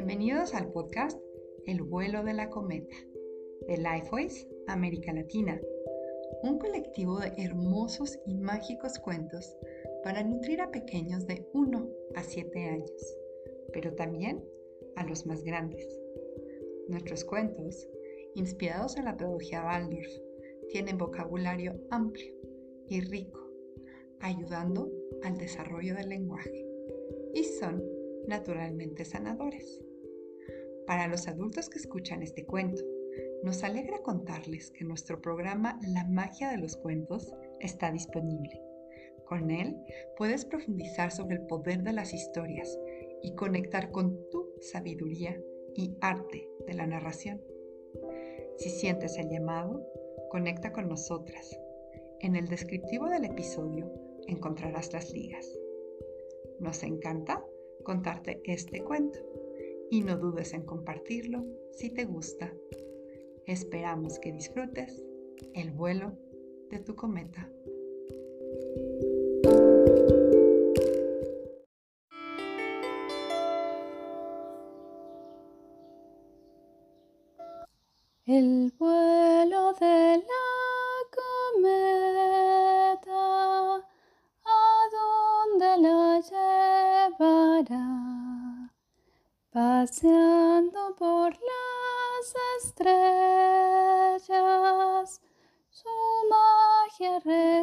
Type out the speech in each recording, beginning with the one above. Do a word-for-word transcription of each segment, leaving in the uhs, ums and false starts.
Bienvenidos al podcast El vuelo de la cometa de Lifeways América Latina, un colectivo de hermosos y mágicos cuentos para nutrir a pequeños de uno a siete años, pero también a los más grandes. Nuestros cuentos, inspirados en la pedagogía Waldorf, tienen vocabulario amplio y rico, ayudando al desarrollo del lenguaje, y son naturalmente sanadores. Para los adultos que escuchan este cuento, nos alegra contarles que nuestro programa La Magia de los Cuentos está disponible. Con él puedes profundizar sobre el poder de las historias y conectar con tu sabiduría y arte de la narración. Si sientes el llamado, conecta con nosotras. En el descriptivo del episodio encontrarás las ligas. Nos encanta contarte este cuento y no dudes en compartirlo si te gusta. Esperamos que disfrutes el vuelo de tu cometa. El vuelo de la cometa, ¿a dónde la llevará? Paseando por las estrellas, su magia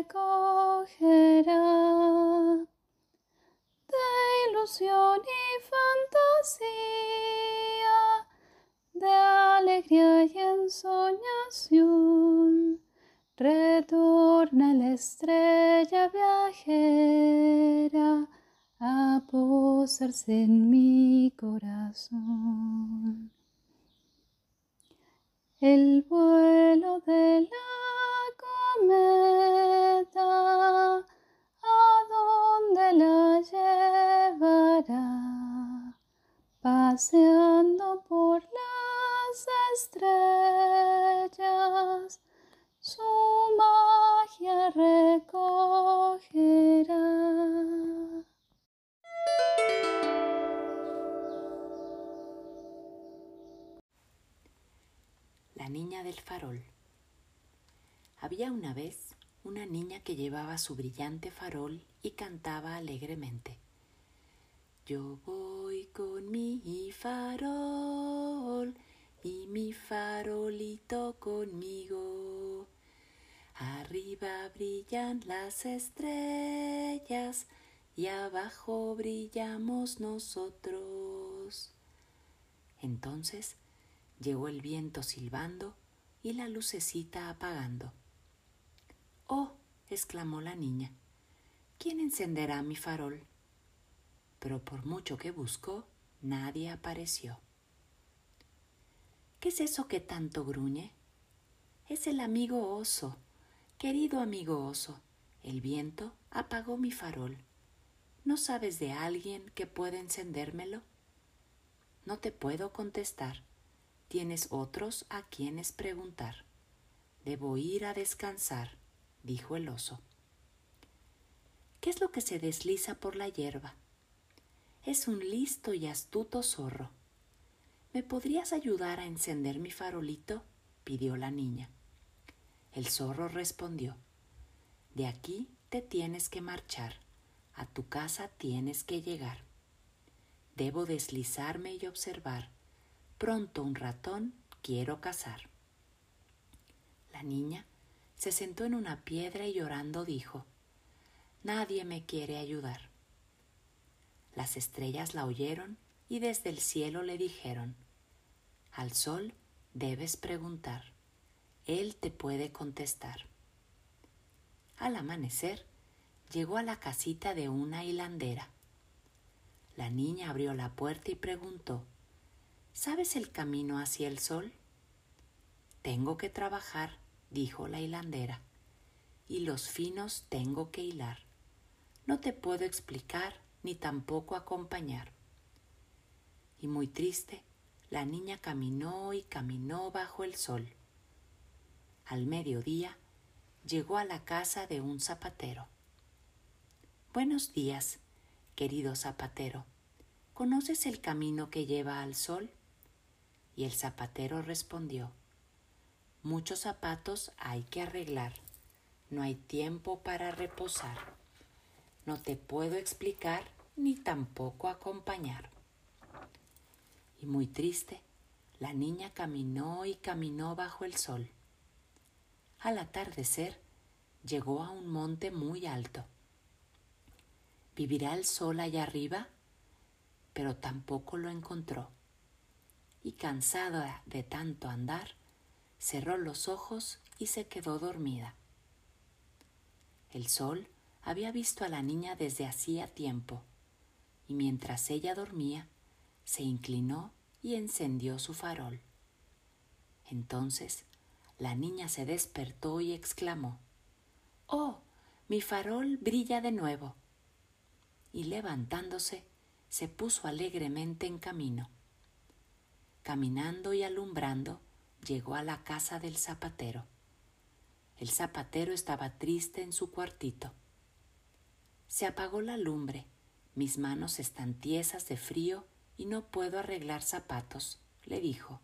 recogerá. De ilusión y fantasía, de alegría y ensoñación, retorna la estrella viajera a posarse en mi corazón. El vuelo de la cometa, ¿a dónde la llevará? Paseando por las estrellas, su magia recogerá. La niña del farol. Había una vez una niña que llevaba su brillante farol y cantaba alegremente. Yo voy con mi farol y mi farolito conmigo. Arriba brillan las estrellas y abajo brillamos nosotros. Entonces llegó el viento silbando y la lucecita apagando. ¡Oh!, exclamó la niña, ¿quién encenderá mi farol? Pero por mucho que buscó, nadie apareció. ¿Qué es eso que tanto gruñe? Es el amigo oso. Querido amigo oso, el viento apagó mi farol. ¿No sabes de alguien que pueda encendérmelo? No te puedo contestar. Tienes otros a quienes preguntar. Debo ir a descansar, dijo el oso. ¿Qué es lo que se desliza por la hierba? Es un listo y astuto zorro. ¿Me podrías ayudar a encender mi farolito?, pidió la niña. El zorro respondió, de aquí te tienes que marchar, a tu casa tienes que llegar. Debo deslizarme y observar, pronto un ratón quiero cazar. La niña se sentó en una piedra y llorando dijo, nadie me quiere ayudar. Las estrellas la oyeron y desde el cielo le dijeron, al sol debes preguntar, él te puede contestar. Al amanecer, llegó a la casita de una hilandera. La niña abrió la puerta y preguntó, ¿sabes el camino hacia el sol? Tengo que trabajar, dijo la hilandera, y los finos tengo que hilar. No te puedo explicar ni tampoco acompañar. Y muy triste, la niña caminó y caminó bajo el sol. Al mediodía, llegó a la casa de un zapatero. Buenos días, querido zapatero. ¿conoces el camino que lleva al sol? Y el zapatero respondió: muchos zapatos hay que arreglar, no hay tiempo para reposar. No te puedo explicar ni tampoco acompañar. Y muy triste, la niña caminó y caminó bajo el sol. Al atardecer, llegó a un monte muy alto. ¿Vivirá el sol allá arriba? Pero tampoco lo encontró. Y cansada de tanto andar, cerró los ojos y se quedó dormida. El sol había visto a la niña desde hacía tiempo, y mientras ella dormía, se inclinó y encendió su farol. Entonces, la niña se despertó y exclamó: «¡Oh, mi farol brilla de nuevo!» Y levantándose, se puso alegremente en camino. Caminando y alumbrando, llegó a la casa del zapatero. El zapatero estaba triste en su cuartito. «Se apagó la lumbre, mis manos están tiesas de frío y no puedo arreglar zapatos», le dijo.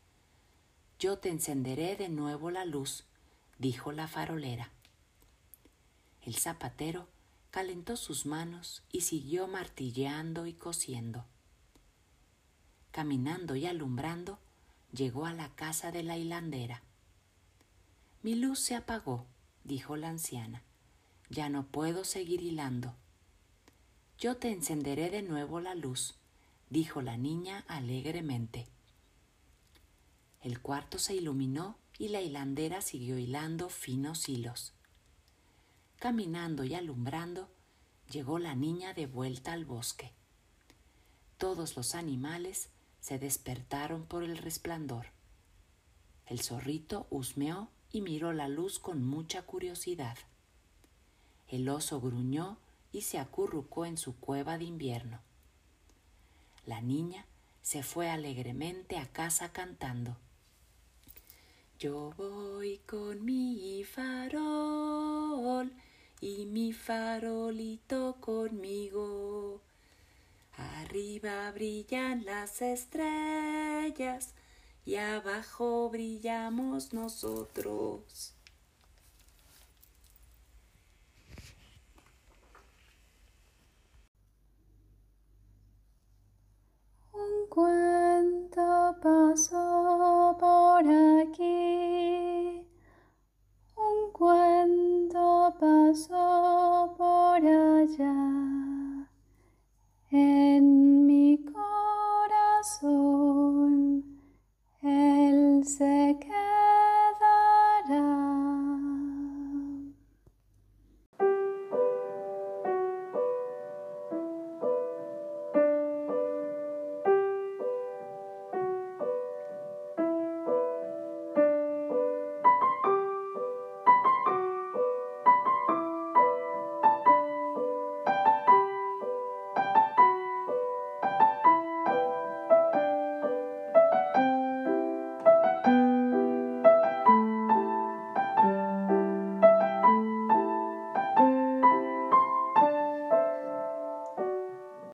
«Yo te encenderé de nuevo la luz», dijo la farolera. El zapatero calentó sus manos y siguió martilleando y cosiendo. Caminando y alumbrando, llegó a la casa de la hilandera. «Mi luz se apagó», dijo la anciana. «Ya no puedo seguir hilando». «Yo te encenderé de nuevo la luz», dijo la niña alegremente. El cuarto se iluminó y la hilandera siguió hilando finos hilos. Caminando y alumbrando, llegó la niña de vuelta al bosque. Todos los animales se despertaron por el resplandor. El zorrito husmeó y miró la luz con mucha curiosidad. El oso gruñó y se acurrucó en su cueva de invierno. La niña se fue alegremente a casa cantando: «Yo voy con mi farol y mi farolito conmigo. Arriba brillan las estrellas y abajo brillamos nosotros». Un cuento pasó por aquí, un cuento pasó por allá.